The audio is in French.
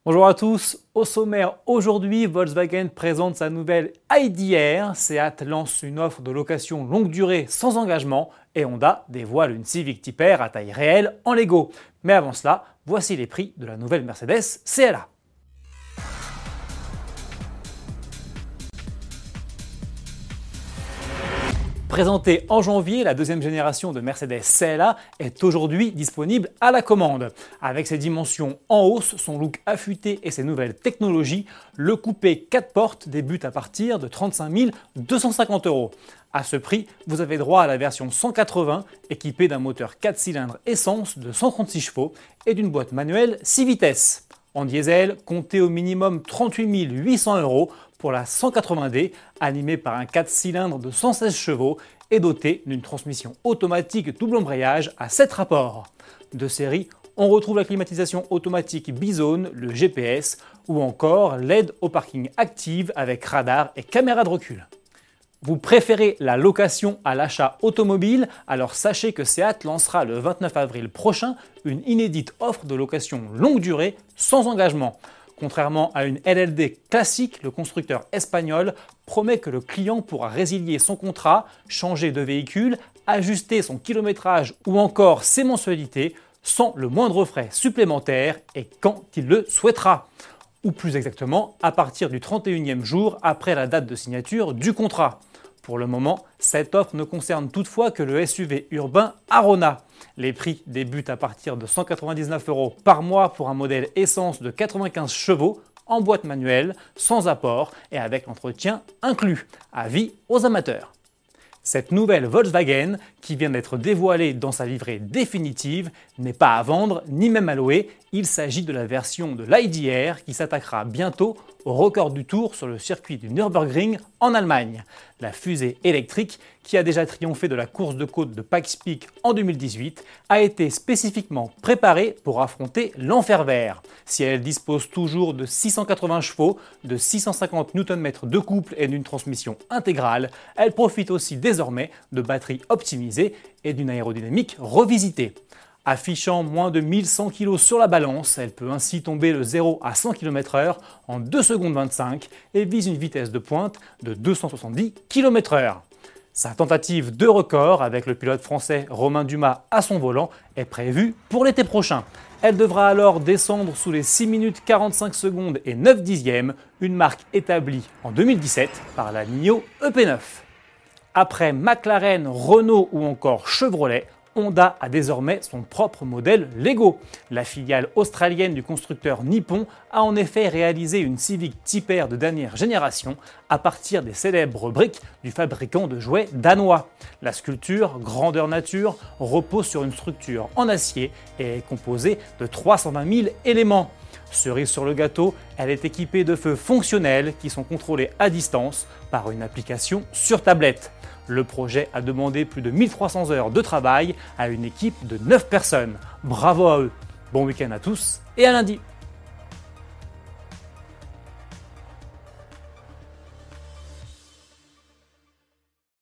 Bonjour à tous, au sommaire aujourd'hui, Volkswagen présente sa nouvelle ID.R, Seat lance une offre de location longue durée sans engagement et Honda dévoile une Civic Type R à taille réelle en Lego. Mais avant cela, voici les prix de la nouvelle Mercedes CLA. Présentée en janvier, la deuxième génération de Mercedes CLA est aujourd'hui disponible à la commande. Avec ses dimensions en hausse, son look affûté et ses nouvelles technologies, le coupé 4 portes débute à partir de 35 250 €. À ce prix, vous avez droit à la version 180 équipée d'un moteur 4 cylindres essence de 136 chevaux et d'une boîte manuelle 6 vitesses. En diesel, comptez au minimum 38 800 € pour la 180D, animée par un 4 cylindres de 116 chevaux et dotée d'une transmission automatique double embrayage à 7 rapports. De série, on retrouve la climatisation automatique bizone, le GPS ou encore l'aide au parking active avec radar et caméra de recul. Vous préférez la location à l'achat automobile? Alors sachez que Seat lancera le 29 avril prochain une inédite offre de location longue durée sans engagement. Contrairement à une LLD classique, le constructeur espagnol promet que le client pourra résilier son contrat, changer de véhicule, ajuster son kilométrage ou encore ses mensualités sans le moindre frais supplémentaire et quand il le souhaitera. Ou plus exactement, à partir du 31e jour après la date de signature du contrat. Pour le moment, cette offre ne concerne toutefois que le SUV urbain Arona. Les prix débutent à partir de 199 € par mois pour un modèle essence de 95 chevaux en boîte manuelle, sans apport et avec l'entretien inclus. Avis aux amateurs. Cette nouvelle Volkswagen, qui vient d'être dévoilée dans sa livrée définitive, n'est pas à vendre ni même à louer. Il s'agit de la version de l'ID.R qui s'attaquera bientôt au record du Tour sur le circuit du Nürburgring en Allemagne. La fusée électrique, qui a déjà triomphé de la course de côte de Pikes Peak en 2018, a été spécifiquement préparée pour affronter l'enfer vert. Si elle dispose toujours de 680 chevaux, de 650 Nm de couple et d'une transmission intégrale, elle profite aussi désormais de batteries optimisées et d'une aérodynamique revisitée. Affichant moins de 1100 kg sur la balance, elle peut ainsi tomber de 0 à 100 km/h en 2 secondes 25 et vise une vitesse de pointe de 270 km/h. Sa tentative de record avec le pilote français Romain Dumas à son volant est prévue pour l'été prochain. Elle devra alors descendre sous les 6 minutes 45 secondes et 9 dixièmes, une marque établie en 2017 par la NIO EP9. Après McLaren, Renault ou encore Chevrolet, Honda a désormais son propre modèle Lego. La filiale australienne du constructeur nippon a en effet réalisé une Civic Type R de dernière génération à partir des célèbres briques du fabricant de jouets danois. La sculpture, grandeur nature, repose sur une structure en acier et est composée de 320 000 éléments. Cerise sur le gâteau, elle est équipée de feux fonctionnels qui sont contrôlés à distance par une application sur tablette. Le projet a demandé plus de 1300 heures de travail à une équipe de 9 personnes. Bravo à eux. Bon week-end à tous et à lundi.